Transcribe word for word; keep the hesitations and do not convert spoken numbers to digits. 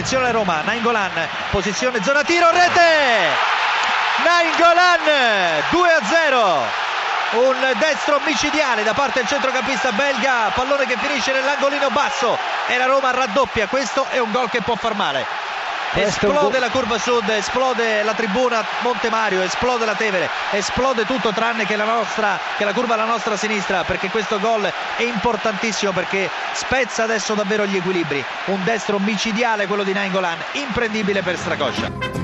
attenzione alla Roma, Nainggolan, posizione zona tiro, rete! Nainggolan, due a zero. Un destro micidiale da parte del centrocampista belga, pallone che finisce nell'angolino basso e la Roma raddoppia. Questo è un gol che può far male. Esplode la curva sud, esplode la tribuna Monte Mario, esplode la Tevere, esplode tutto tranne che la nostra, che la curva alla nostra sinistra, perché questo gol è importantissimo, perché spezza adesso davvero gli equilibri. Un destro micidiale quello di Nainggolan, imprendibile per Strakosha.